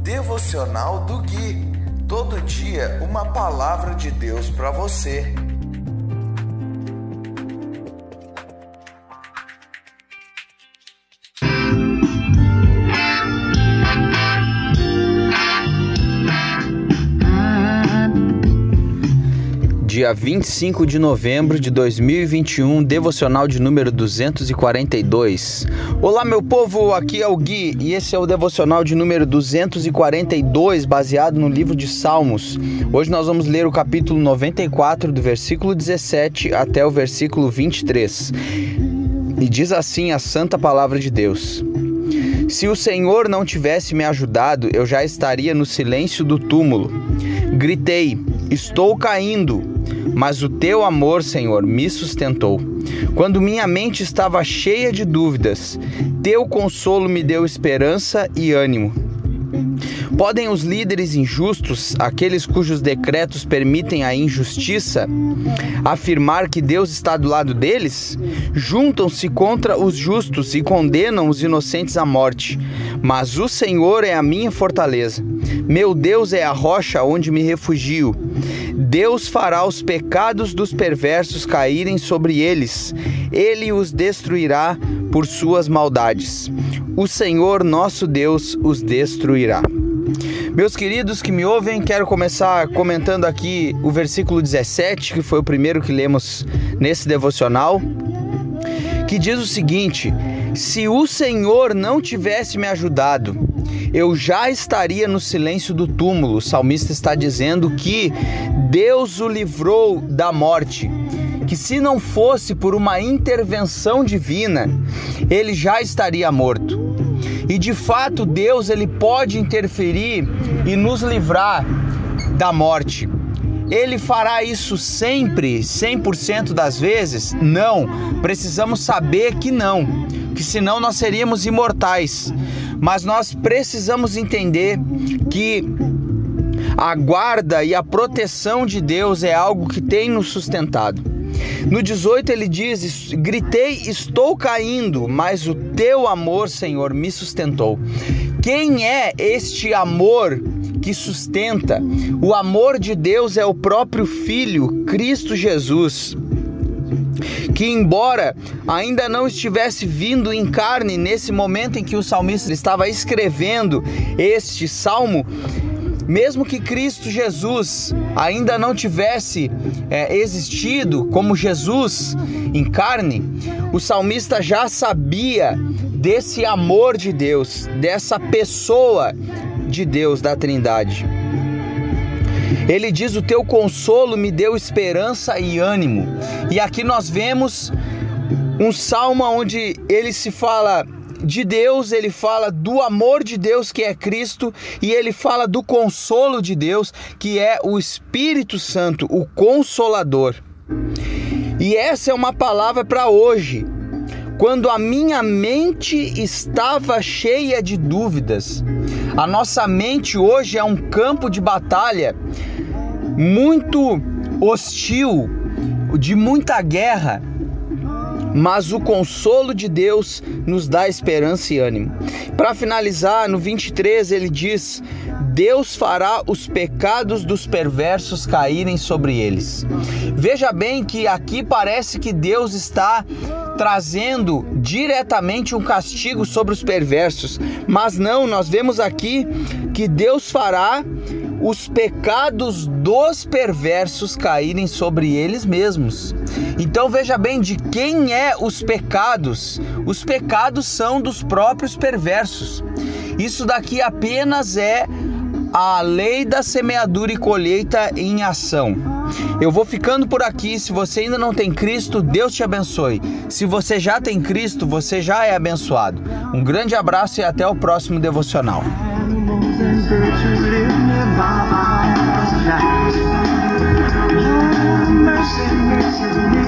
Devocional do Gui. Todo dia uma palavra de Deus para você. Dia 25 de novembro de 2021, devocional de número 242. Olá, meu povo, aqui é o Gui e esse é o devocional de número 242, baseado no livro de Salmos. Hoje nós vamos ler o capítulo 94, do versículo 17 até o versículo 23. E diz assim a santa palavra de Deus: Se o Senhor não tivesse me ajudado, eu já estaria no silêncio do túmulo. Gritei, estou caindo. Mas o teu amor, Senhor, me sustentou. Quando minha mente estava cheia de dúvidas, teu consolo me deu esperança e ânimo. Podem os líderes injustos, aqueles cujos decretos permitem a injustiça, afirmar que Deus está do lado deles? Juntam-se contra os justos e condenam os inocentes à morte. Mas o Senhor é a minha fortaleza. Meu Deus é a rocha onde me refugio. Deus fará os pecados dos perversos caírem sobre eles. Ele os destruirá por suas maldades. O Senhor nosso Deus os destruirá. Meus queridos que me ouvem, quero começar comentando aqui o versículo 17, que foi o primeiro que lemos nesse devocional, que diz o seguinte: se o Senhor não tivesse me ajudado, eu já estaria no silêncio do túmulo. O salmista está dizendo que Deus o livrou da morte, que se não fosse por uma intervenção divina, ele já estaria morto. E de fato Deus ele pode interferir e nos livrar da morte. Ele fará isso sempre, 100% das vezes? Não, precisamos saber que não, que senão nós seríamos imortais. Mas nós precisamos entender que a guarda e a proteção de Deus é algo que tem nos sustentado. No 18 ele diz, gritei, estou caindo, mas o teu amor, Senhor, me sustentou. Quem é este amor que sustenta? O amor de Deus é o próprio Filho, Cristo Jesus, que embora ainda não estivesse vindo em carne nesse momento em que o salmista estava escrevendo este salmo, mesmo que Cristo Jesus ainda não tivesse existido como Jesus em carne, o salmista já sabia desse amor de Deus, dessa pessoa de Deus, da Trindade. Ele diz, o teu consolo me deu esperança e ânimo. E aqui nós vemos um salmo onde ele se fala de Deus, ele fala do amor de Deus, que é Cristo, e ele fala do consolo de Deus, que é o Espírito Santo, o Consolador. E essa é uma palavra para hoje. Quando a minha mente estava cheia de dúvidas, a nossa mente hoje é um campo de batalha muito hostil, de muita guerra, mas o consolo de Deus nos dá esperança e ânimo. Para finalizar, no 23 ele diz, Deus fará os pecados dos perversos caírem sobre eles. Veja bem que aqui parece que Deus está trazendo diretamente um castigo sobre os perversos, mas não, nós vemos aqui que Deus fará os pecados dos perversos caírem sobre eles mesmos. Então veja bem, de quem é os pecados? Os pecados são dos próprios perversos. Isso daqui apenas é a lei da semeadura e colheita em ação. Eu vou ficando por aqui. Se você ainda não tem Cristo, Deus te abençoe. Se você já tem Cristo, você já é abençoado. Um grande abraço e até o próximo devocional. Mercy, mercy, mercy.